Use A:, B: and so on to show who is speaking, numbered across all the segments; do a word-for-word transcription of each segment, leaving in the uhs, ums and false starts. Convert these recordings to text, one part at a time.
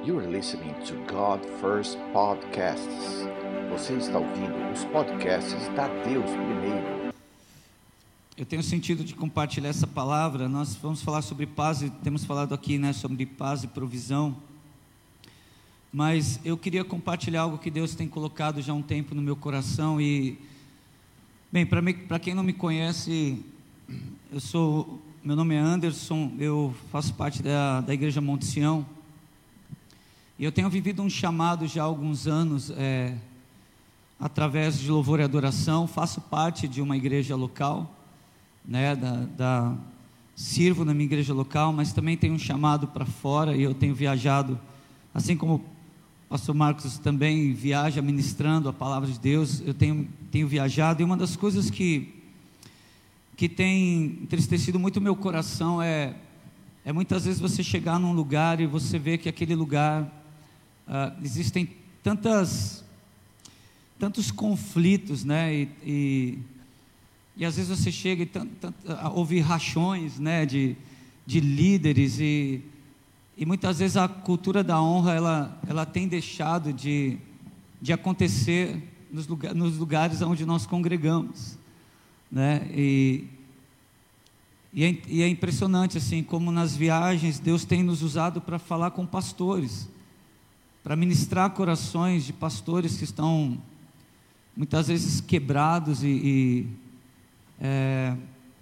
A: You are listening to God First Podcasts. Você está ouvindo os podcasts da Deus Primeiro.
B: Eu tenho sentido de compartilhar essa palavra. Nós vamos falar sobre paz, e temos falado aqui, né, sobre paz e provisão. Mas eu queria compartilhar algo que Deus tem colocado já há um tempo no meu coração. E, bem, para quem não me conhece, eu sou, meu nome é Anderson, eu faço parte da, da Igreja Monte Sião. E eu tenho vivido um chamado já há alguns anos, é, através de louvor e adoração. Faço parte de uma igreja local, né, da, da, sirvo na minha igreja local, mas também tenho um chamado para fora, e eu tenho viajado, assim como o pastor Marcos também viaja ministrando a palavra de Deus. Eu tenho, tenho viajado, e uma das coisas que, que tem entristecido muito o meu coração é, é muitas vezes você chegar num lugar e você ver que aquele lugar, Uh, existem tantas, tantos conflitos, né, e, e, e às vezes você chega e tant, tant, a ouvir rachões, né, de, de líderes, e, e muitas vezes a cultura da honra, ela, ela tem deixado de, de acontecer nos, lugar, nos lugares onde nós congregamos, né, e, e, é, e é impressionante, assim, como nas viagens Deus tem nos usado para falar com pastores, para ministrar corações de pastores que estão muitas vezes quebrados e, e, é,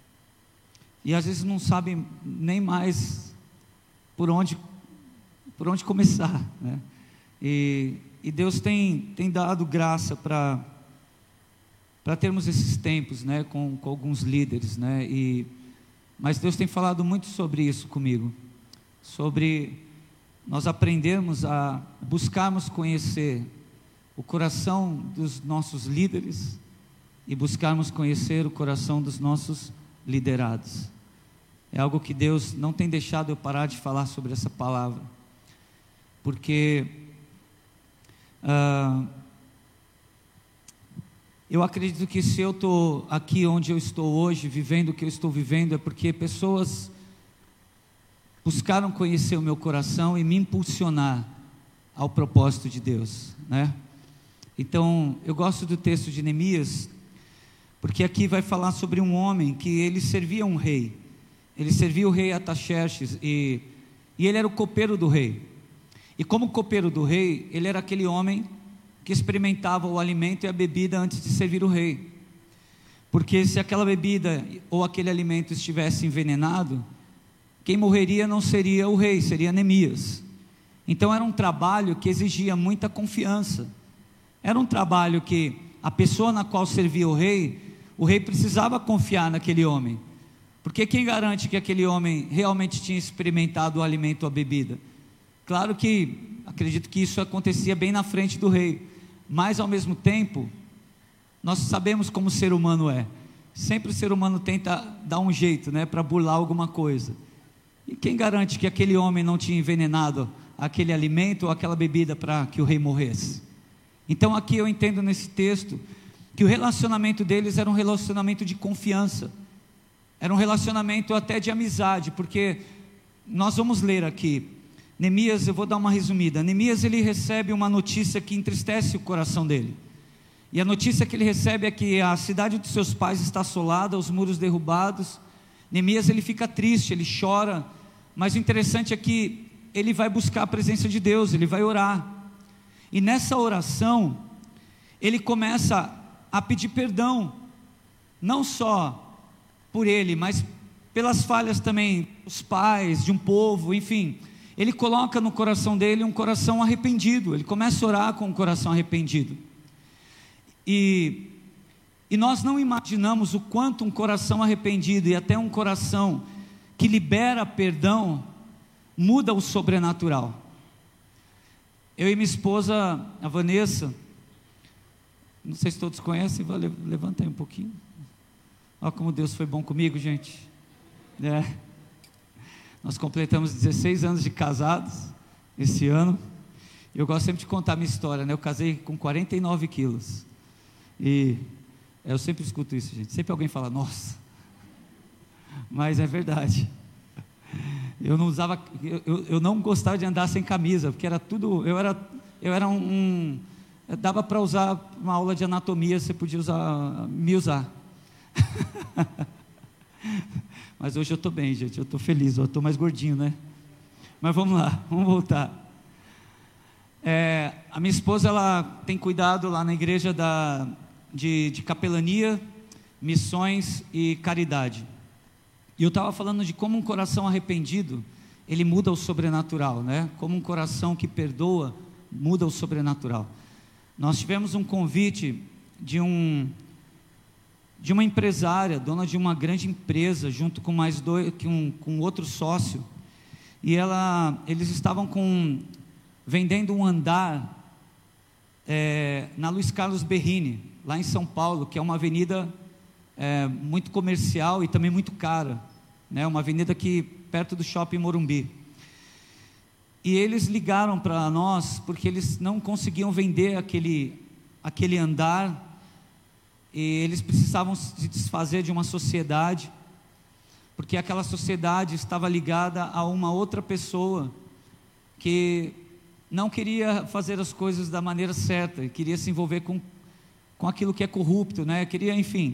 B: e às vezes não sabem nem mais por onde, por onde começar, né? E, e Deus tem, tem dado graça para para termos esses tempos, né, com, com alguns líderes, né? E, mas Deus tem falado muito sobre isso comigo, sobre nós aprendermos a buscarmos conhecer o coração dos nossos líderes e buscarmos conhecer o coração dos nossos liderados. É algo que Deus não tem deixado eu parar de falar sobre essa palavra, porque uh, eu acredito que se eu estou aqui onde eu estou hoje, vivendo o que eu estou vivendo, é porque pessoas buscaram conhecer o meu coração e me impulsionar ao propósito de Deus, né? Então, eu gosto do texto de Neemias, porque aqui vai falar sobre um homem que ele servia um rei. Ele servia o rei Artaxerxes, e, e ele era o copeiro do rei. E como copeiro do rei, ele era aquele homem que experimentava o alimento e a bebida antes de servir o rei. Porque se aquela bebida ou aquele alimento estivesse envenenado, quem morreria não seria o rei, seria Neemias. Então era um trabalho que exigia muita confiança. Era um trabalho que a pessoa na qual servia o rei, o rei precisava confiar naquele homem. Porque quem garante que aquele homem realmente tinha experimentado o alimento ou a bebida? Claro que, acredito que isso acontecia bem na frente do rei. Mas ao mesmo tempo, nós sabemos como o ser humano é. Sempre o ser humano tenta dar um jeito, né, para burlar alguma coisa. E quem garante que aquele homem não tinha envenenado aquele alimento ou aquela bebida para que o rei morresse? Então aqui eu entendo nesse texto que o relacionamento deles era um relacionamento de confiança, era um relacionamento até de amizade, porque nós vamos ler aqui, Neemias, eu vou dar uma resumida. Neemias, ele recebe uma notícia que entristece o coração dele, e a notícia que ele recebe é que a cidade de seus pais está assolada, os muros derrubados. Neemias, ele fica triste, ele chora, mas o interessante é que ele vai buscar a presença de Deus, ele vai orar, e nessa oração, ele começa a pedir perdão, não só por ele, mas pelas falhas também dos pais, de um povo, enfim, ele coloca no coração dele um coração arrependido, ele começa a orar com um coração arrependido, e E nós não imaginamos o quanto um coração arrependido e até um coração que libera perdão muda o sobrenatural. Eu e minha esposa, a Vanessa, não sei se todos conhecem, vou levantar aí um pouquinho. Olha como Deus foi bom comigo, gente. É. Nós completamos dezesseis anos de casados esse ano. Eu gosto sempre de contar a minha história, né? Eu casei com quarenta e nove quilos. E eu sempre escuto isso, gente. Sempre alguém fala, nossa. Mas é verdade. Eu não usava, eu, eu não gostava de andar sem camisa, porque era tudo, eu era, eu era um, um dava para usar uma aula de anatomia, você podia usar, me usar. Mas hoje eu estou bem, gente, eu estou feliz, eu estou mais gordinho, né? Mas vamos lá, vamos voltar. É, a minha esposa, ela tem cuidado lá na igreja da, de, de capelania, missões e caridade. E eu estava falando de como um coração arrependido, ele muda o sobrenatural, né? Como um coração que perdoa, muda o sobrenatural. Nós tivemos um convite de um... de uma empresária, dona de uma grande empresa, junto com mais dois, com, com outro sócio, e ela, eles estavam com, vendendo um andar é, na Luiz Carlos Berrini, lá em São Paulo, que é uma avenida é, muito comercial e também muito cara, né, uma avenida que perto do Shopping Morumbi. E eles ligaram para nós porque eles não conseguiam vender aquele, aquele andar. E eles precisavam se desfazer de uma sociedade, porque aquela sociedade estava ligada a uma outra pessoa que não queria fazer as coisas da maneira certa, queria se envolver com, com aquilo que é corrupto, né? Queria, enfim.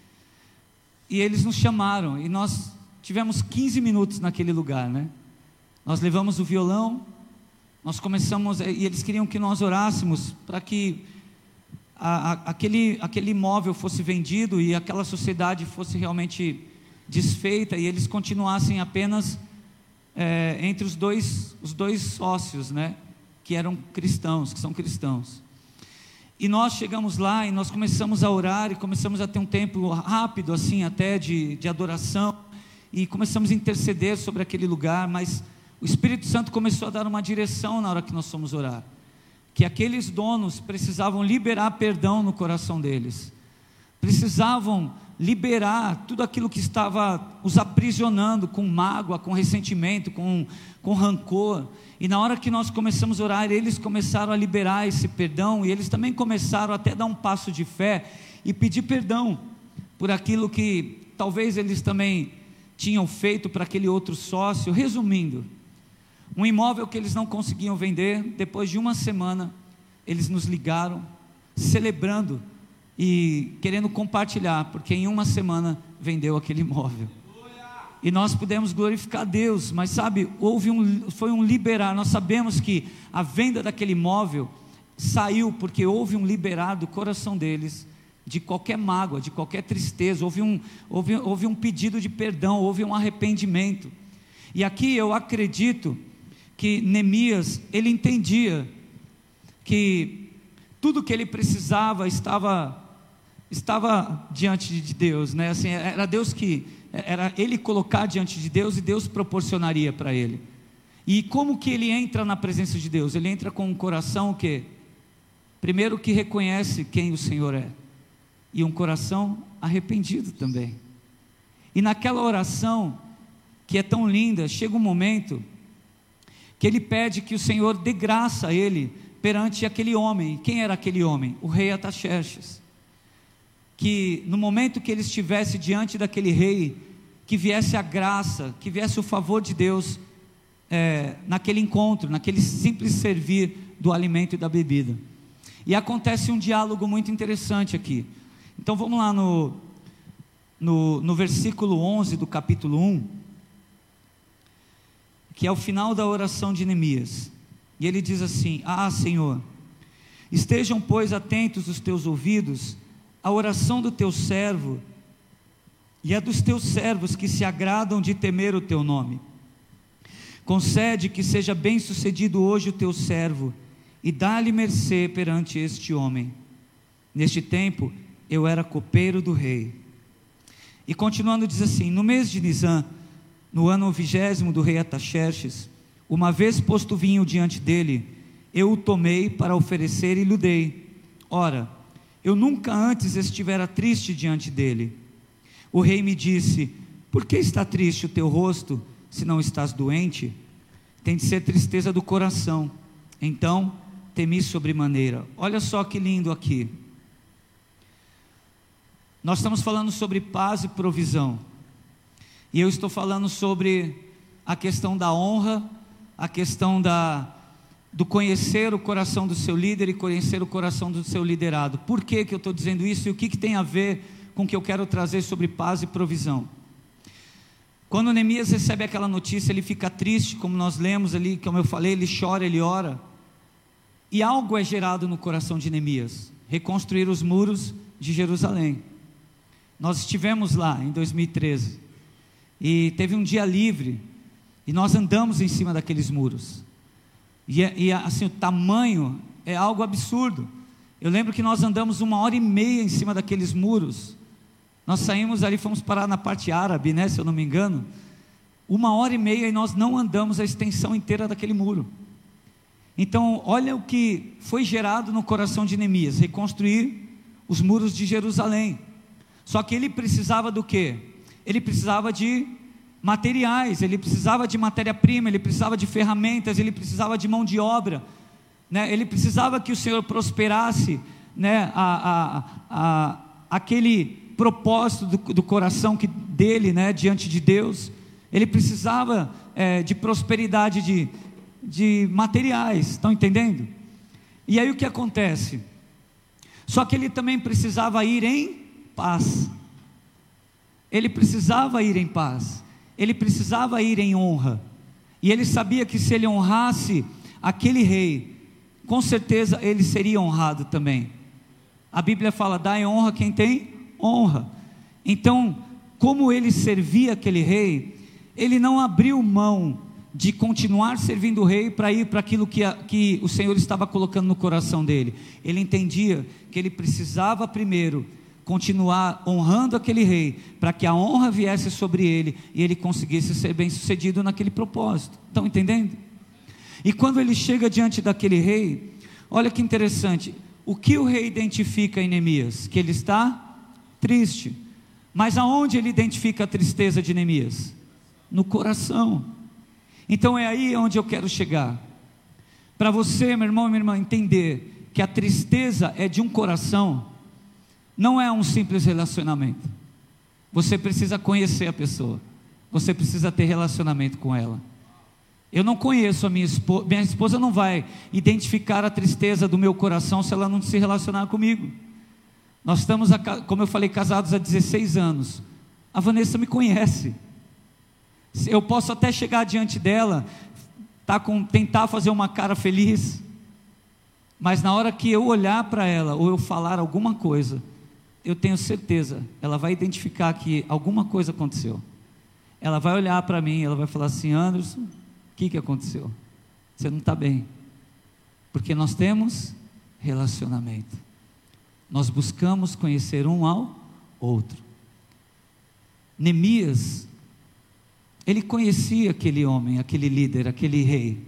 B: E eles nos chamaram, e nós tivemos quinze minutos naquele lugar, né? Nós levamos o violão, nós começamos, e eles queriam que nós orássemos para que A, a, aquele, aquele imóvel fosse vendido e aquela sociedade fosse realmente desfeita e eles continuassem apenas é, entre os dois, os dois sócios, né, que eram cristãos, que são cristãos. E nós chegamos lá e nós começamos a orar e começamos a ter um tempo rápido assim até de, de adoração e começamos a interceder sobre aquele lugar, mas o Espírito Santo começou a dar uma direção na hora que nós fomos orar, que aqueles donos precisavam liberar perdão no coração deles, precisavam liberar tudo aquilo que estava os aprisionando com mágoa, com ressentimento, com, com rancor. E na hora que nós começamos a orar, eles começaram a liberar esse perdão, e eles também começaram até a dar um passo de fé e pedir perdão por aquilo que talvez eles também tinham feito para aquele outro sócio. Resumindo, um imóvel que eles não conseguiam vender, depois de uma semana, eles nos ligaram, celebrando e querendo compartilhar, porque em uma semana vendeu aquele imóvel. E nós pudemos glorificar a Deus, mas sabe, houve um, foi um liberar. Nós sabemos que a venda daquele imóvel saiu porque houve um liberar do coração deles, de qualquer mágoa, de qualquer tristeza, houve um, houve, houve um pedido de perdão, houve um arrependimento. E aqui eu acredito que Neemias, ele entendia que tudo que ele precisava estava, estava diante de Deus, né? Assim, era Deus que, era ele colocar diante de Deus e Deus proporcionaria para ele. E como que ele entra na presença de Deus? Ele entra com um coração que, primeiro que reconhece quem o Senhor é, e um coração arrependido também. E naquela oração, que é tão linda, chega um momento que ele pede que o Senhor dê graça a ele perante aquele homem. Quem era aquele homem? O rei Artaxerxes. Que no momento que ele estivesse diante daquele rei, que viesse a graça, que viesse o favor de Deus é, naquele encontro, naquele simples servir do alimento e da bebida. E acontece um diálogo muito interessante aqui. Então vamos lá no, no, no versículo onze do capítulo um, que é o final da oração de Neemias, e ele diz assim: ah, Senhor, estejam pois atentos os teus ouvidos à oração do teu servo e a dos teus servos que se agradam de temer o teu nome. Concede que seja bem sucedido hoje o teu servo e dá-lhe mercê perante este homem. Neste tempo eu era copeiro do rei. E continuando diz assim: no mês de Nisã, no ano vigésimo do rei Artaxerxes, uma vez posto vinho diante dele, eu o tomei para oferecer e lhe dei. Ora, eu nunca antes estivera triste diante dele. O rei me disse: por que está triste o teu rosto, se não estás doente? Tem de ser tristeza do coração. Então temi sobremaneira. Olha só que lindo aqui. Nós estamos falando sobre paz e provisão. E eu estou falando sobre a questão da honra, a questão da, do conhecer o coração do seu líder e conhecer o coração do seu liderado. Por que que eu estou dizendo isso e o que que tem a ver com o que eu quero trazer sobre paz e provisão? Quando Neemias recebe aquela notícia, ele fica triste, como nós lemos ali, como eu falei, ele chora, ele ora, e algo é gerado no coração de Neemias: reconstruir os muros de Jerusalém. Nós estivemos lá em dois mil e treze, e teve um dia livre, e nós andamos em cima daqueles muros, e, e assim, o tamanho é algo absurdo. Eu lembro que nós andamos uma hora e meia em cima daqueles muros. Nós saímos ali, fomos parar na parte árabe, né, se eu não me engano, uma hora e meia, e nós não andamos a extensão inteira daquele muro. Então, olha o que foi gerado no coração de Neemias: reconstruir os muros de Jerusalém. Só que ele precisava do quê? Ele precisava de materiais, ele precisava de matéria-prima, ele precisava de ferramentas, ele precisava de mão de obra, né? Ele precisava que o Senhor prosperasse, né, a, a, a, aquele propósito do, do coração que, dele, né, diante de Deus. Ele precisava é, de prosperidade de, de materiais, estão entendendo? E aí o que acontece? Só que ele também precisava ir em paz. Ele precisava ir em paz. Ele precisava ir em honra. E ele sabia que se ele honrasse aquele rei, com certeza ele seria honrado também. A Bíblia fala: dai honra a quem tem honra. Então, como ele servia aquele rei, ele não abriu mão de continuar servindo o rei para ir para aquilo que, a, que o Senhor estava colocando no coração dele. Ele entendia que ele precisava primeiro continuar honrando aquele rei, para que a honra viesse sobre ele e ele conseguisse ser bem sucedido naquele propósito. Estão entendendo? E quando ele chega diante daquele rei, olha que interessante, o que o rei identifica em Neemias? Que ele está triste. Mas aonde ele identifica a tristeza de Neemias? No coração. Então é aí onde eu quero chegar, para você, meu irmão e minha irmã, entender que a tristeza é de um coração, não é um simples relacionamento. Você precisa conhecer a pessoa, você precisa ter relacionamento com ela. Eu não conheço a minha esposa, minha esposa não vai identificar a tristeza do meu coração se ela não se relacionar comigo. Nós estamos, como eu falei, casados há dezesseis anos. A Vanessa me conhece. Eu posso até chegar diante dela, tá com, tentar fazer uma cara feliz, mas na hora que eu olhar para ela, ou eu falar alguma coisa, eu tenho certeza, ela vai identificar que alguma coisa aconteceu. Ela vai olhar para mim, ela vai falar assim: Anderson, o que, que aconteceu? Você não está bem. Porque nós temos relacionamento. Nós buscamos conhecer um ao outro. Neemias, ele conhecia aquele homem, aquele líder, aquele rei.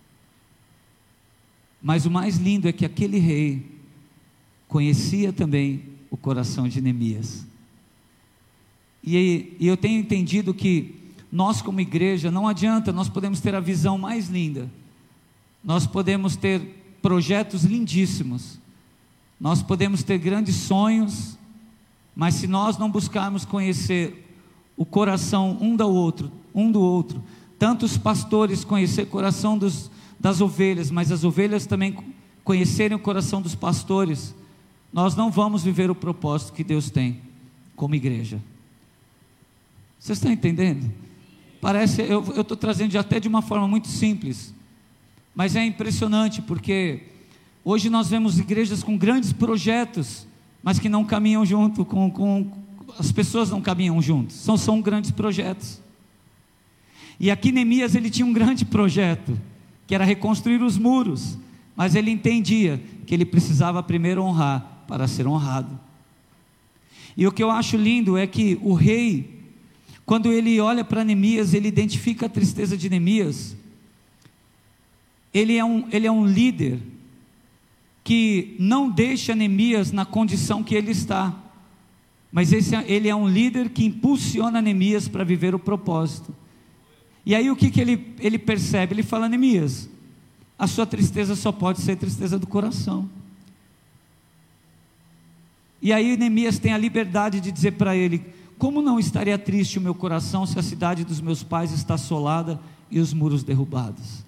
B: Mas o mais lindo é que aquele rei conhecia também o coração de Neemias. E, e eu tenho entendido que nós, como igreja, não adianta, nós podemos ter a visão mais linda, nós podemos ter projetos lindíssimos, nós podemos ter grandes sonhos, mas se nós não buscarmos conhecer o coração um do outro, um do outro, tanto os pastores conhecer o coração dos, das ovelhas, mas as ovelhas também conhecerem o coração dos pastores, nós não vamos viver o propósito que Deus tem como igreja. Vocês estão entendendo? Parece, eu estou trazendo até de uma forma muito simples, mas é impressionante, porque hoje nós vemos igrejas com grandes projetos, mas que não caminham junto com, com as pessoas não caminham juntos, são, são grandes projetos. E aqui Neemias, ele tinha um grande projeto, que era reconstruir os muros, mas ele entendia que ele precisava primeiro honrar, para ser honrado. E o que eu acho lindo é que o rei, quando ele olha para Neemias, ele identifica a tristeza de Neemias. Ele é um, ele é um líder que não deixa Neemias na condição que ele está, mas esse, ele é um líder que impulsiona Neemias para viver o propósito. E aí o que, que ele, ele percebe? Ele fala: Neemias, a sua tristeza só pode ser tristeza do coração. E aí Neemias tem a liberdade de dizer para ele: como não estaria triste o meu coração se a cidade dos meus pais está assolada e os muros derrubados?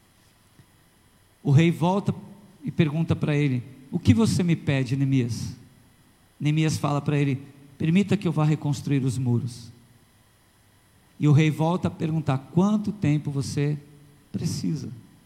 B: O rei volta e pergunta para ele: o que você me pede, Neemias? Neemias fala para ele: permita que eu vá reconstruir os muros. E o rei volta a perguntar: quanto tempo você precisa?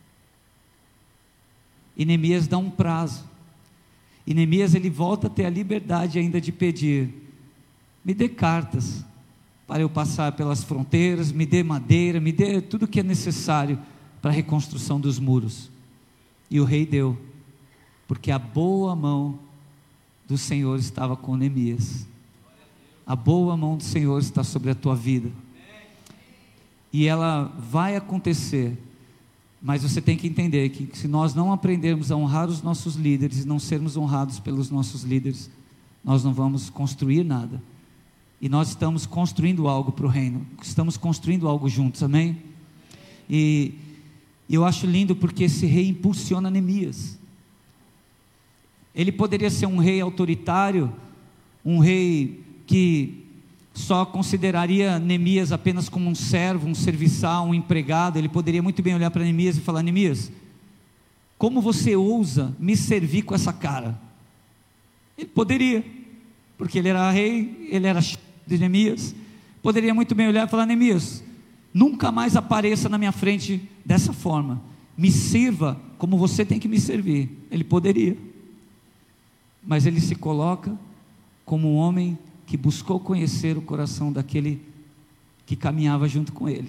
B: E Neemias dá um prazo. E Neemias, ele volta a ter a liberdade ainda de pedir: me dê cartas para eu passar pelas fronteiras, me dê madeira, me dê tudo que é necessário para a reconstrução dos muros. E o rei deu, porque a boa mão do Senhor estava com Neemias. A boa mão do Senhor está sobre a tua vida, e ela vai acontecer. Mas você tem que entender que se nós não aprendermos a honrar os nossos líderes e não sermos honrados pelos nossos líderes, nós não vamos construir nada. E nós estamos construindo algo para o reino, estamos construindo algo juntos, amém? E eu acho lindo porque esse rei impulsiona Neemias. Ele poderia ser um rei autoritário, um rei que só consideraria Neemias apenas como um servo, um serviçal, um empregado. Ele poderia muito bem olhar para Neemias e falar: Neemias, como você ousa me servir com essa cara? Ele poderia, porque ele era rei, ele era chefe de Neemias. Poderia muito bem olhar e falar: Neemias, nunca mais apareça na minha frente dessa forma, me sirva como você tem que me servir. Ele poderia, mas ele se coloca como um homem que buscou conhecer o coração daquele que caminhava junto com ele.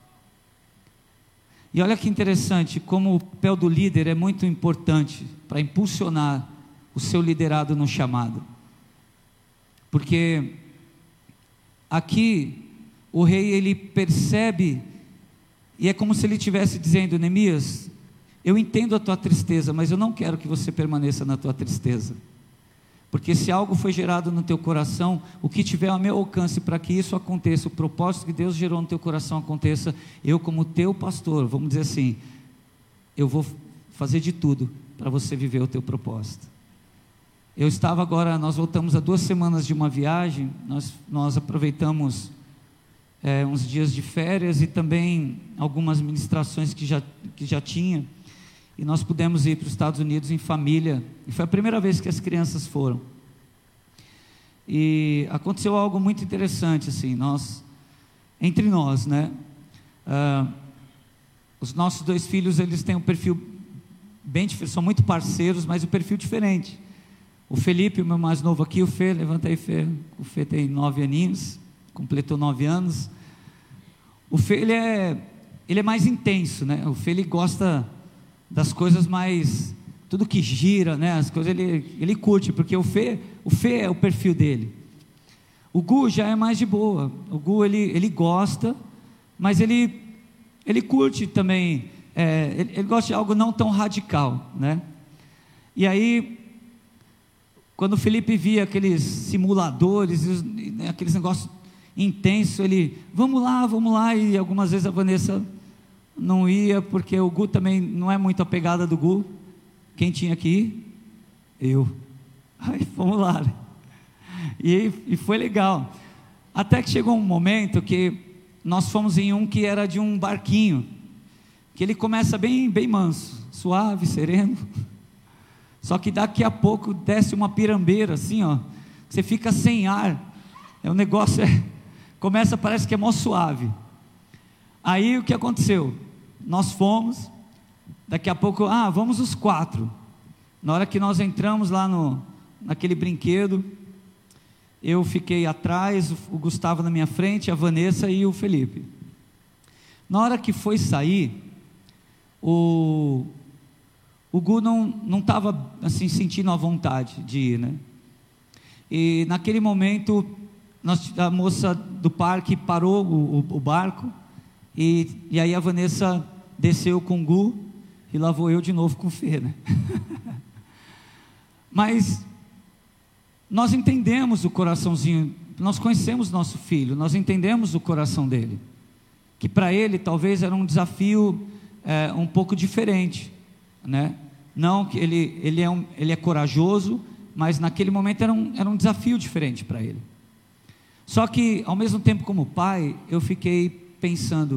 B: E olha que interessante, como o papel do líder é muito importante para impulsionar o seu liderado no chamado. Porque aqui o rei, ele percebe, e é como se ele estivesse dizendo: Neemias, eu entendo a tua tristeza, mas eu não quero que você permaneça na tua tristeza. Porque se algo foi gerado no teu coração, o que tiver ao meu alcance para que isso aconteça, o propósito que Deus gerou no teu coração aconteça, eu como teu pastor, vamos dizer assim, eu vou fazer de tudo para você viver o teu propósito. Eu estava agora, nós voltamos há duas semanas de uma viagem, nós, nós aproveitamos é, uns dias de férias e também algumas ministrações que já, que já tinha, e nós pudemos ir para os Estados Unidos em família, e foi a primeira vez que as crianças foram. E aconteceu algo muito interessante, assim, nós, entre nós, né, ah, os nossos dois filhos, eles têm um perfil bem diferente, são muito parceiros, mas um perfil diferente. O Felipe, o meu mais novo aqui, o Fê, levanta aí, Fê, o Fê tem nove aninhos, completou nove anos. O Fê, ele é, ele é mais intenso, né, o Fê, ele gosta das coisas mais, tudo que gira, né, as coisas, ele, ele curte, porque o Fê, o Fê é o perfil dele. O Gu já é mais de boa, o Gu, ele, ele gosta, mas ele, ele curte também, é, ele, ele gosta de algo não tão radical, né, e aí, quando o Felipe via aqueles simuladores, né, aqueles negócios intensos, ele, vamos lá, vamos lá, e algumas vezes a Vanessa não ia, porque o Gu também não é muito a pegada do Gu. Quem tinha que ir? Eu. Aí fomos lá, né? e, e foi legal, até que chegou um momento que nós fomos em um que era de um barquinho, que ele começa bem, bem manso, suave, sereno, só que daqui a pouco desce uma pirambeira assim, ó, você fica sem ar, é um negócio, é, começa, parece que é mó suave. Aí o que aconteceu? Nós fomos, daqui a pouco, ah, vamos os quatro. Na hora que nós entramos lá no, naquele brinquedo, eu fiquei atrás, o Gustavo na minha frente, a Vanessa e o Felipe. Na hora que foi sair, o, o Gu não estava assim, sentindo a vontade de ir, né? E naquele momento, nós, a moça do parque parou o, o, o barco, e, e aí a Vanessa desceu com o Gu, e lá vou eu de novo com o Fê, né? Mas nós entendemos o coraçãozinho, nós conhecemos nosso filho, nós entendemos o coração dele, que para ele talvez era um desafio é, um pouco diferente, né? Não que ele, ele, é um, ele é corajoso, mas naquele momento era um, era um desafio diferente para ele. Só que, ao mesmo tempo, como pai, eu fiquei pensando,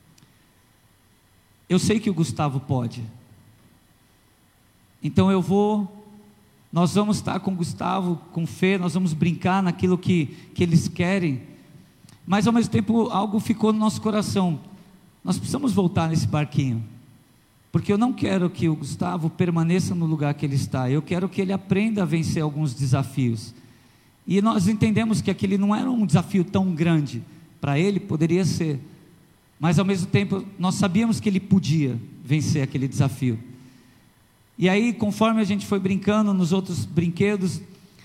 B: eu sei que o Gustavo pode, então eu vou, nós vamos estar com o Gustavo, com fé, nós vamos brincar naquilo que, que eles querem, mas ao mesmo tempo algo ficou no nosso coração, nós precisamos voltar nesse barquinho, porque eu não quero que o Gustavo permaneça no lugar que ele está, eu quero que ele aprenda a vencer alguns desafios, e nós entendemos que aquele não era um desafio tão grande, para ele poderia ser, mas ao mesmo tempo nós sabíamos que ele podia vencer aquele desafio, e aí conforme a gente foi brincando nos outros brinquedos,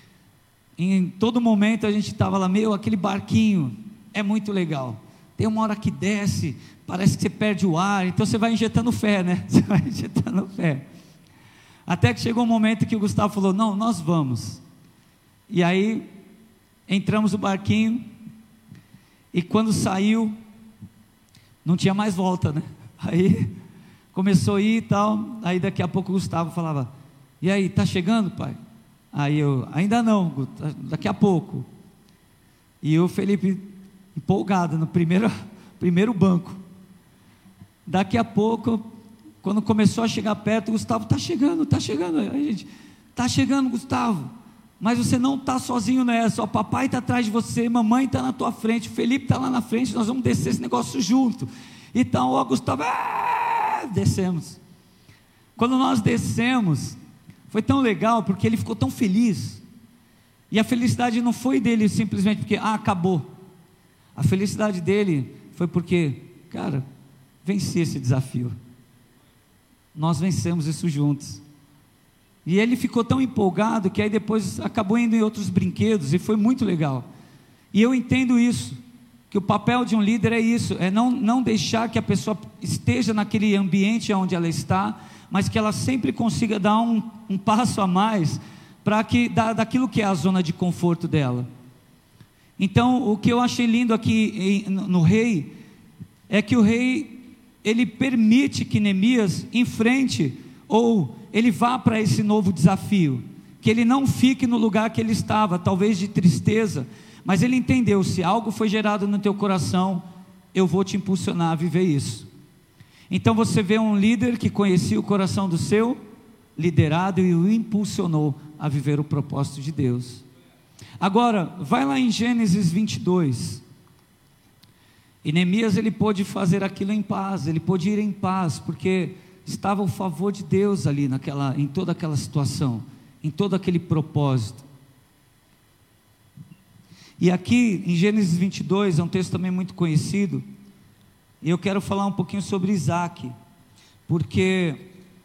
B: em todo momento a gente estava lá, meu, aquele barquinho é muito legal, tem uma hora que desce, parece que você perde o ar, então você vai injetando fé, né? Você vai injetando fé. Até que chegou um momento que o Gustavo falou, não, nós vamos. E aí, entramos no barquinho, e quando saiu, não tinha mais volta, né? Aí, começou a ir e tal, aí daqui a pouco o Gustavo falava, e aí, tá chegando, pai? Aí eu, ainda não, daqui a pouco. E o Felipe, empolgado, no primeiro, primeiro banco. Daqui a pouco, quando começou a chegar perto, o Gustavo, está chegando, está chegando, a gente, está chegando, Gustavo, mas você não está sozinho nessa, o papai está atrás de você, mamãe está na tua frente, Felipe está lá na frente, nós vamos descer esse negócio junto, então, ó Gustavo, ah, descemos, quando nós descemos, foi tão legal, porque ele ficou tão feliz, e a felicidade não foi dele simplesmente porque, ah, acabou, a felicidade dele foi porque, cara, venci esse desafio, nós vencemos isso juntos, e ele ficou tão empolgado, que aí depois acabou indo em outros brinquedos, e foi muito legal, e eu entendo isso, que o papel de um líder é isso, é não, não deixar que a pessoa esteja naquele ambiente onde ela está, mas que ela sempre consiga dar um, um passo a mais, para que, da, daquilo que é a zona de conforto dela. Então, o que eu achei lindo aqui em, no, no rei, é que o rei, ele permite que Neemias enfrente, ou ele vá para esse novo desafio, que ele não fique no lugar que ele estava, talvez de tristeza, mas ele entendeu, se algo foi gerado no teu coração, eu vou te impulsionar a viver isso. Então você vê um líder que conhecia o coração do seu liderado e o impulsionou a viver o propósito de Deus. Agora, vai lá em Gênesis vinte e dois, e Neemias ele pôde fazer aquilo em paz, ele pôde ir em paz, porque estava o favor de Deus ali naquela, em toda aquela situação, em todo aquele propósito. E aqui em Gênesis vinte e dois, é um texto também muito conhecido, e eu quero falar um pouquinho sobre Isaac, porque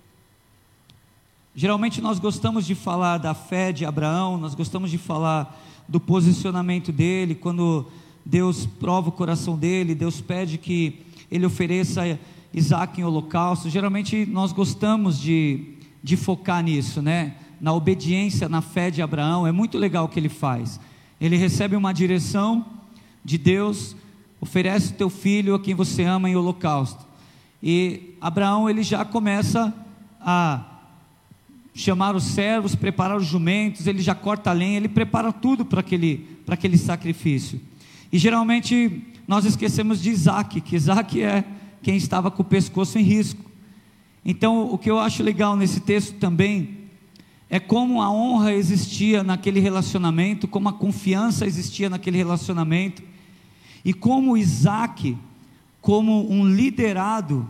B: geralmente nós gostamos de falar da fé de Abraão, nós gostamos de falar do posicionamento dele, quando Deus prova o coração dele, Deus pede que ele ofereça Isaac em holocausto. Geralmente nós gostamos de, de focar nisso, né? Na obediência, na fé de Abraão. É muito legal o que ele faz. Ele recebe uma direção de Deus, oferece o teu filho a quem você ama em holocausto, e Abraão ele já começa a chamar os servos, preparar os jumentos, ele já corta a lenha, ele prepara tudo para aquele, para aquele sacrifício. E geralmente nós esquecemos de Isaac, que Isaac é quem estava com o pescoço em risco. Então o que eu acho legal nesse texto também é como a honra existia naquele relacionamento, como a confiança existia naquele relacionamento, e como Isaac, como um liderado,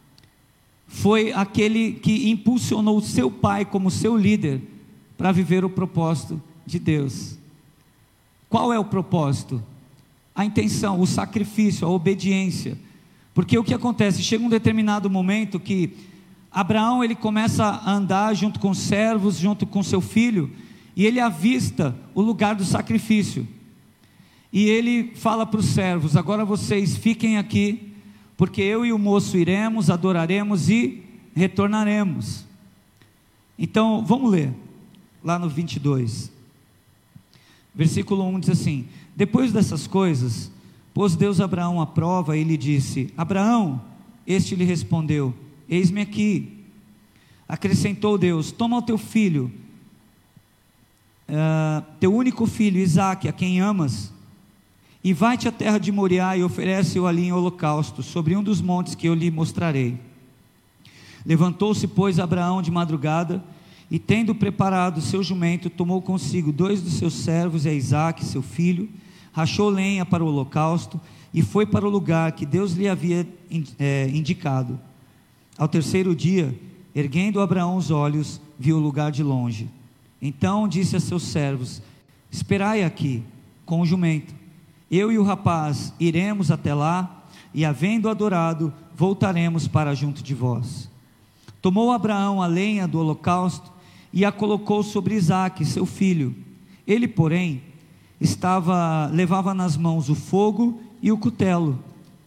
B: foi aquele que impulsionou o seu pai como seu líder para viver o propósito de Deus. Qual é o propósito? A intenção, o sacrifício, a obediência. Porque o que acontece? Chega um determinado momento que Abraão ele começa a andar junto com os servos, junto com seu filho, e ele avista o lugar do sacrifício, e ele fala para os servos: agora vocês fiquem aqui, porque eu e o moço iremos, adoraremos e retornaremos. Então vamos ler lá no vinte e dois, versículo um diz assim: depois dessas coisas, pôs Deus Abraão à prova e lhe disse: Abraão, este lhe respondeu: eis-me aqui. Acrescentou Deus: toma o teu filho, uh, teu único filho Isaque, a quem amas, E vai-te à terra de Moriá e oferece-o ali em holocausto, sobre um dos montes que eu lhe mostrarei. Levantou-se, pois, Abraão de madrugada, e tendo preparado o seu jumento, tomou consigo dois dos seus servos e a Isaque, seu filho, rachou lenha para o holocausto, e foi para o lugar que Deus lhe havia é, indicado. Ao terceiro dia, erguendo Abraão os olhos, viu o lugar de longe. Então disse a seus servos: esperai aqui, com o jumento. Eu e o rapaz iremos até lá, e havendo adorado, voltaremos para junto de vós. Tomou Abraão a lenha do holocausto, e a colocou sobre Isaque, seu filho. Ele, porém, estava, levava nas mãos o fogo e o cutelo.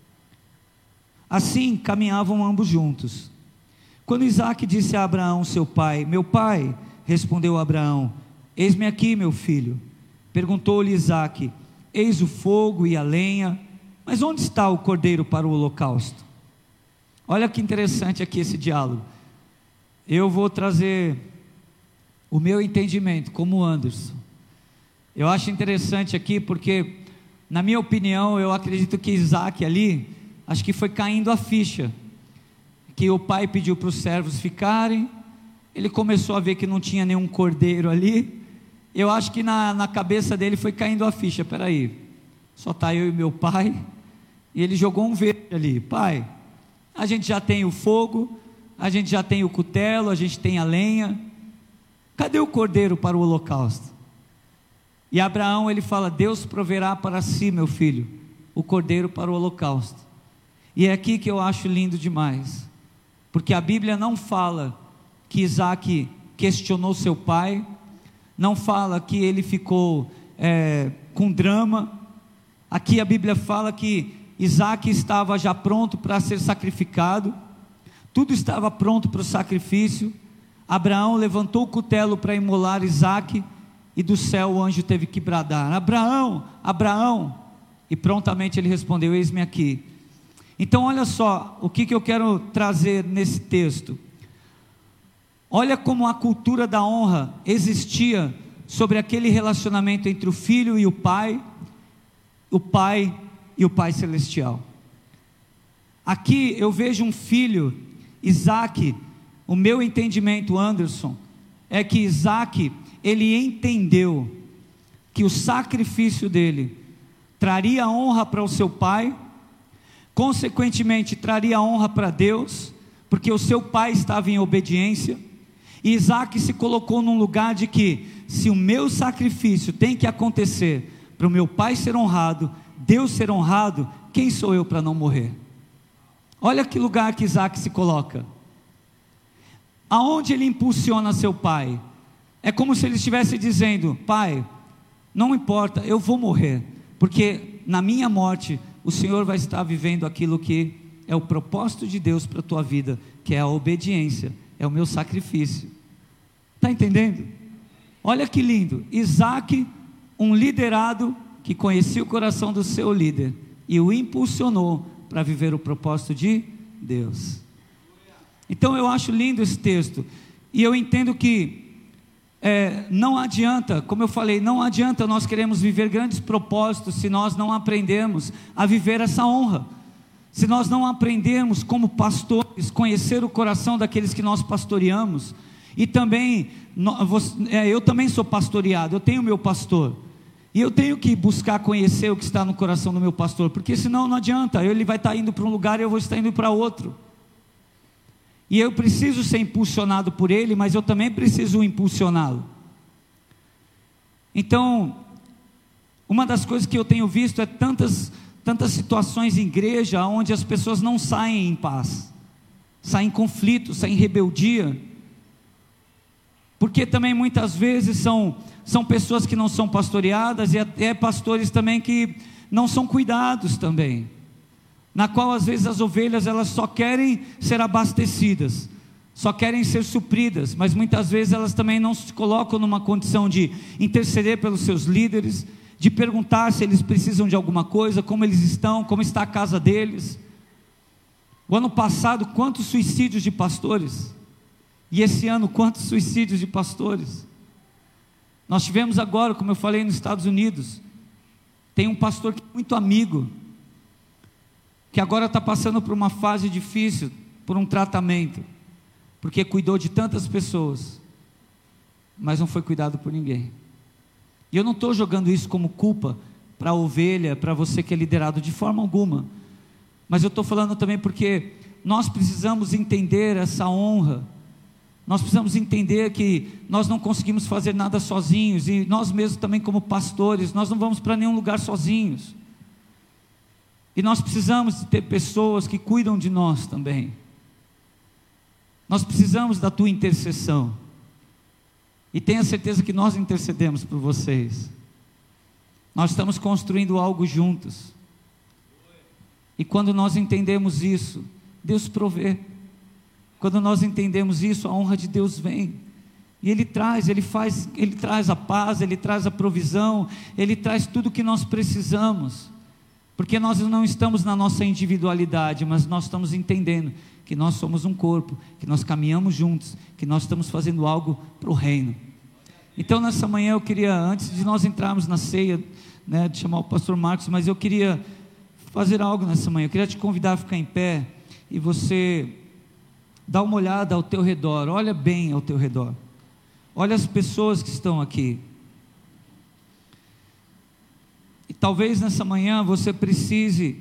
B: Assim caminhavam ambos juntos. Quando Isaque disse a Abraão, seu pai: meu pai, respondeu Abraão: eis-me aqui, meu filho. Perguntou-lhe Isaque: eis o fogo e a lenha, mas onde está o cordeiro para o holocausto? Olha que interessante aqui esse diálogo. Eu vou trazer o meu entendimento como Anderson. Eu acho interessante aqui porque, na minha opinião, eu acredito que Isaque ali, acho que foi caindo a ficha, que o pai pediu para os servos ficarem, ele começou a ver que não tinha nenhum cordeiro ali. Eu acho que na, na cabeça dele foi caindo a ficha: peraí, só está eu e meu pai, e ele jogou um verde ali: pai, a gente já tem o fogo, a gente já tem o cutelo, a gente tem a lenha, cadê o cordeiro para o holocausto? E Abraão, ele fala: Deus proverá para si, meu filho, o cordeiro para o holocausto. E é aqui que eu acho lindo demais, porque a Bíblia não fala que Isaque questionou seu pai, não fala que ele ficou é, com drama. Aqui a Bíblia fala que Isaque estava já pronto para ser sacrificado, tudo estava pronto para o sacrifício. Abraão levantou o cutelo para imolar Isaque, e do céu o anjo teve que bradar: Abraão, Abraão, e prontamente ele respondeu: eis-me aqui. Então olha só, o que, que eu quero trazer nesse texto. Olha como a cultura da honra existia sobre aquele relacionamento entre o filho e o pai, o pai e o pai celestial. Aqui eu vejo um filho, Isaque. O meu entendimento, Anderson, é que Isaque, ele entendeu que o sacrifício dele traria honra para o seu pai, consequentemente traria honra para Deus, porque o seu pai estava em obediência. E Isaque se colocou num lugar de que, se o meu sacrifício tem que acontecer para o meu pai ser honrado, Deus ser honrado, quem sou eu para não morrer? Olha que lugar que Isaque se coloca. Aonde ele impulsiona seu pai? É como se ele estivesse dizendo: pai, não importa, eu vou morrer, porque na minha morte o Senhor vai estar vivendo aquilo que é o propósito de Deus para a tua vida, que é a obediência, é o meu sacrifício. Está entendendo? Olha que lindo. Isaque, um liderado que conhecia o coração do seu líder e o impulsionou para viver o propósito de Deus. Então eu acho lindo esse texto, e eu entendo que é, não adianta, como eu falei, não adianta nós queremos viver grandes propósitos se nós não aprendermos a viver essa honra, se nós não aprendermos como pastores, conhecer o coração daqueles que nós pastoreamos. E também, eu também sou pastoreado, eu tenho meu pastor, e eu tenho que buscar conhecer o que está no coração do meu pastor, porque senão não adianta, ele vai estar indo para um lugar e eu vou estar indo para outro. E eu preciso ser impulsionado por ele, mas eu também preciso impulsioná-lo. Então, uma das coisas que eu tenho visto é tantas, tantas situações em igreja, onde as pessoas não saem em paz, saem em conflito, saem em rebeldia, porque também muitas vezes são, são pessoas que não são pastoreadas, e até pastores também que não são cuidados também, na qual às vezes as ovelhas elas só querem ser abastecidas, só querem ser supridas, mas muitas vezes elas também não se colocam numa condição de interceder pelos seus líderes, de perguntar se eles precisam de alguma coisa, como eles estão, como está a casa deles. O ano passado, quantos suicídios de pastores? E esse ano, quantos suicídios de pastores? Nós tivemos agora, como eu falei, nos Estados Unidos, Tem um pastor que é muito amigo, que agora está passando por uma fase difícil, por um tratamento, porque cuidou de tantas pessoas, mas não foi cuidado por ninguém. E eu não estou jogando isso como culpa para a ovelha, para você que é liderado, de forma alguma, mas eu estou falando também porque nós precisamos entender essa honra. Nós precisamos entender que nós não conseguimos fazer nada sozinhos, e nós mesmos também como pastores, nós não vamos para nenhum lugar sozinhos, e nós precisamos ter pessoas que cuidam de nós também. Nós precisamos da tua intercessão, e tenha certeza que nós intercedemos por vocês. Nós estamos construindo algo juntos, e quando nós entendemos isso, Deus provê. Quando nós entendemos isso, a honra de Deus vem, e Ele traz, Ele faz, Ele traz a paz, Ele traz a provisão, Ele traz tudo o que nós precisamos, porque nós não estamos na nossa individualidade, mas nós estamos entendendo que nós somos um corpo, que nós caminhamos juntos, que nós estamos fazendo algo para o reino. Então nessa manhã eu queria, antes de nós entrarmos na ceia, né, de chamar o pastor Marcos, mas eu queria fazer algo nessa manhã. Eu queria te convidar a ficar em pé, e você dá uma olhada ao teu redor, olha bem ao teu redor, olha as pessoas que estão aqui, e talvez nessa manhã você precise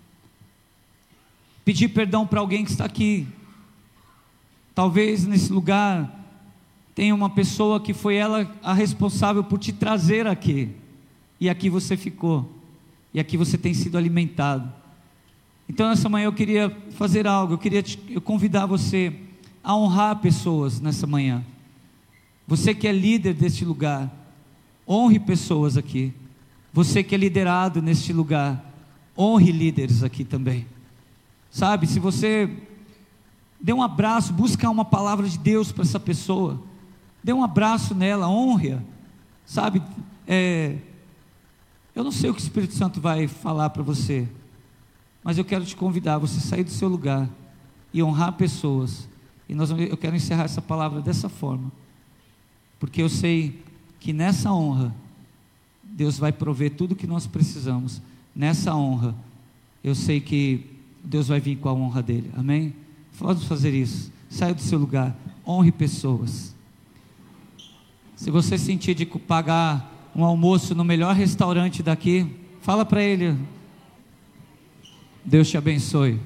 B: pedir perdão para alguém que está aqui. Talvez nesse lugar tenha uma pessoa que foi ela a responsável por te trazer aqui, e aqui você ficou, e aqui você tem sido alimentado. Então nessa manhã eu queria fazer algo, eu queria te, eu convidar você a honrar pessoas nessa manhã. Você que é líder deste lugar, honre pessoas aqui. Você que é liderado neste lugar, honre líderes aqui também. Sabe, se você dê um abraço, busca uma palavra de Deus para essa pessoa, dê um abraço nela, honre-a. Sabe, é, eu não sei o que o Espírito Santo vai falar para você, mas eu quero te convidar a você sair do seu lugar e honrar pessoas. E nós, eu quero encerrar essa palavra dessa forma, porque eu sei que nessa honra Deus vai prover tudo o que nós precisamos. Nessa honra eu sei que Deus vai vir com a honra dele. Amém? Vamos fazer isso. Saia do seu lugar, honre pessoas. Se você sentir de pagar um almoço no melhor restaurante daqui, fala para ele: Deus te abençoe.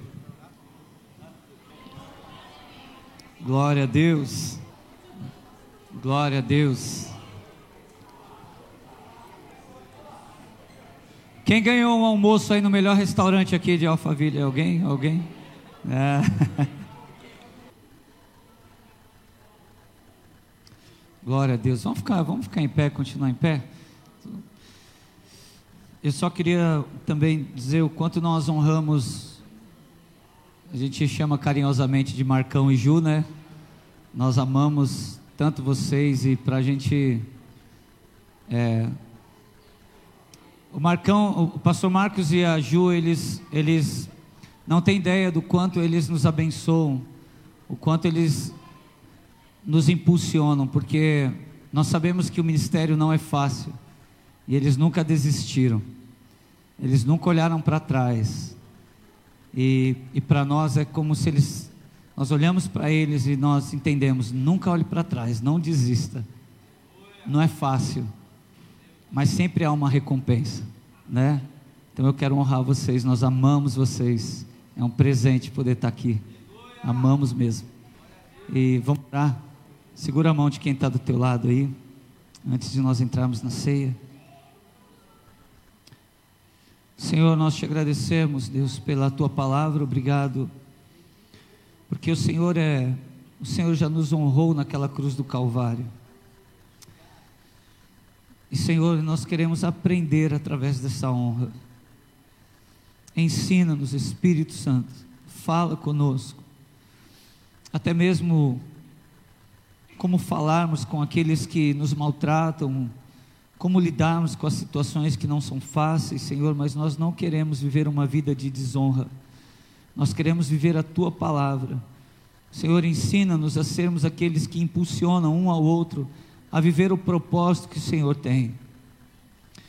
B: Glória a Deus. Glória a Deus. Quem ganhou um almoço aí no melhor restaurante aqui de Alphaville? Alguém? Alguém? É. Glória a Deus. Vamos ficar, vamos ficar em pé, continuar em pé. Eu só queria também dizer o quanto nós honramos, a gente chama carinhosamente de Marcão e Ju, né? Nós amamos tanto vocês, e para a gente, é, o Marcão, o pastor Marcos e a Ju, eles, eles não têm ideia do quanto eles nos abençoam, o quanto eles nos impulsionam, porque nós sabemos que o ministério não é fácil, e eles nunca desistiram, eles nunca olharam para trás, e, e para nós é como se eles, nós olhamos para eles e nós entendemos: nunca olhe para trás, não desista, não é fácil, mas sempre há uma recompensa, né? Então eu quero honrar vocês, nós amamos vocês, é um presente poder estar aqui, amamos mesmo. E vamos orar. Segura a mão de quem está do teu lado aí, antes de nós entrarmos na ceia. Senhor, nós te agradecemos, Deus, pela tua palavra. Obrigado, porque o Senhor é, o Senhor já nos honrou naquela cruz do Calvário. E Senhor, nós queremos aprender através dessa honra. Ensina-nos, Espírito Santo, fala conosco, até mesmo como falarmos com aqueles que nos maltratam, como lidarmos com as situações que não são fáceis, Senhor, mas nós não queremos viver uma vida de desonra, nós queremos viver a tua palavra. Senhor, ensina-nos a sermos aqueles que impulsionam um ao outro a viver o propósito que o Senhor tem.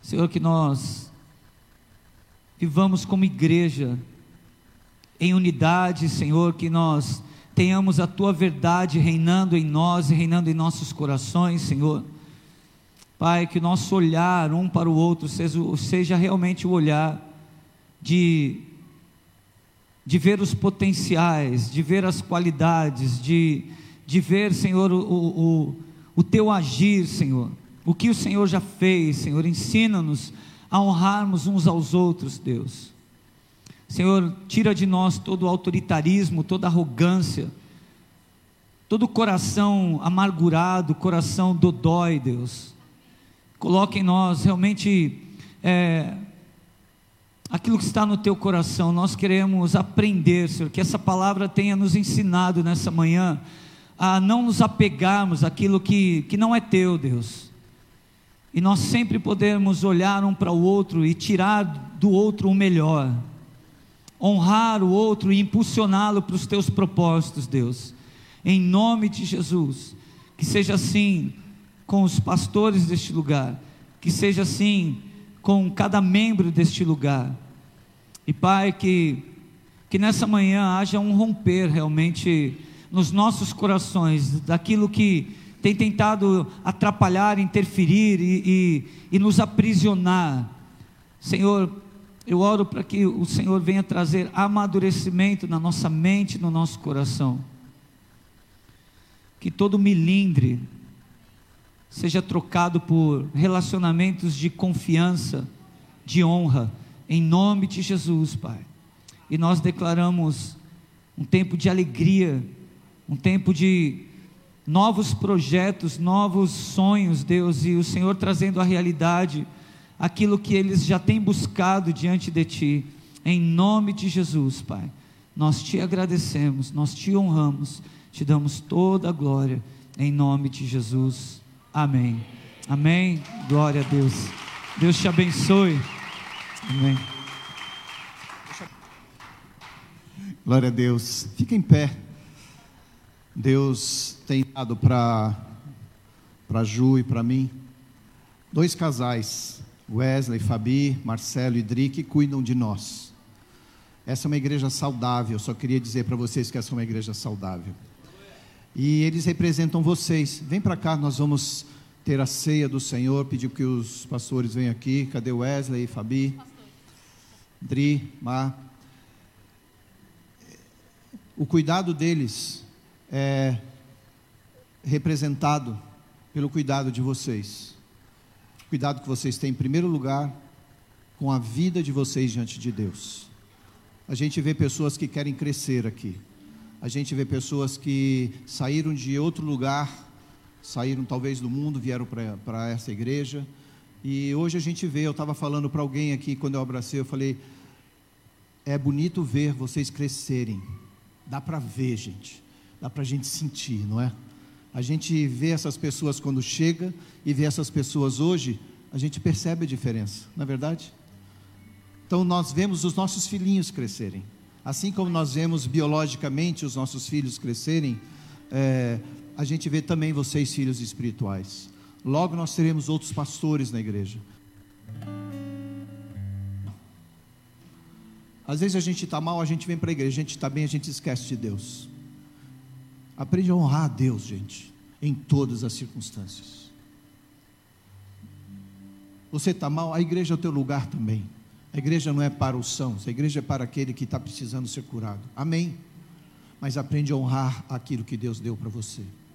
B: Senhor, que nós vivamos como igreja, em unidade, Senhor, que nós tenhamos a Tua verdade reinando em nós e reinando em nossos corações, Senhor. Pai, que o nosso olhar um para o outro seja, seja realmente o olhar de, de ver os potenciais, de ver as qualidades, de, de ver, Senhor, o, o, o Teu agir, Senhor, o que o Senhor já fez, Senhor. Ensina-nos a honrarmos uns aos outros, Deus. Senhor, tira de nós todo o autoritarismo, toda arrogância, todo o coração amargurado, coração dodói, Deus. Coloque em nós realmente é, aquilo que está no Teu coração. Nós queremos aprender, Senhor, que essa palavra tenha nos ensinado nessa manhã a não nos apegarmos àquilo que, que não é Teu, Deus, e nós sempre podermos olhar um para o outro e tirar do outro o melhor, honrar o outro e impulsioná-lo para os Teus propósitos, Deus, em nome de Jesus. Que seja assim com os pastores deste lugar, que seja assim com cada membro deste lugar, e Pai, que, que nessa manhã haja um romper realmente nos nossos corações, daquilo que tem tentado atrapalhar, interferir e, e, e nos aprisionar. Senhor, eu oro para que o Senhor venha trazer amadurecimento na nossa mente, no nosso coração, que todo milindre seja trocado por relacionamentos de confiança, de honra, em nome de Jesus, Pai. E nós declaramos um tempo de alegria, um tempo de novos projetos, novos sonhos, Deus, e o Senhor trazendo à realidade aquilo que eles já têm buscado diante de Ti, em nome de Jesus, Pai. Nós Te agradecemos, nós Te honramos, Te damos toda a glória, em nome de Jesus. Amém, amém, glória a Deus. Deus te abençoe. Amém.
C: Glória a Deus. Fica em pé. Deus tem dado para para Ju e para mim dois casais, Wesley, Fabi, Marcelo e Dri, que cuidam de nós. Essa é uma igreja saudável. Só queria dizer para vocês que essa é uma igreja saudável. E eles representam vocês. Vem para cá, nós vamos ter a ceia do Senhor. Pedir que os pastores venham aqui. Cadê Wesley, Fabi, Dri, Mar? O cuidado deles é representado pelo cuidado de vocês. O cuidado que vocês têm em primeiro lugar com a vida de vocês diante de Deus. A gente vê pessoas que querem crescer aqui. A gente vê pessoas que saíram de outro lugar, saíram talvez do mundo, vieram para essa igreja, e hoje a gente vê, eu estava falando para alguém aqui, quando eu abracei, eu falei, é bonito ver vocês crescerem, dá para ver, gente, dá para a gente sentir, não é? A gente vê essas pessoas quando chega, e vê essas pessoas hoje, a gente percebe a diferença, não é verdade? Então nós vemos os nossos filhinhos crescerem, assim como nós vemos biologicamente os nossos filhos crescerem, é, a gente vê também vocês, filhos espirituais. Logo nós teremos outros pastores na igreja. Às vezes a gente está mal, a gente vem para a igreja, a gente está bem, a gente esquece de Deus. Aprende a honrar a Deus, gente, em todas as circunstâncias. Você está mal, a igreja é o teu lugar também. A igreja não é para os sãos, a igreja é para aquele que está precisando ser curado. Amém? Mas aprende a honrar aquilo que Deus deu para você.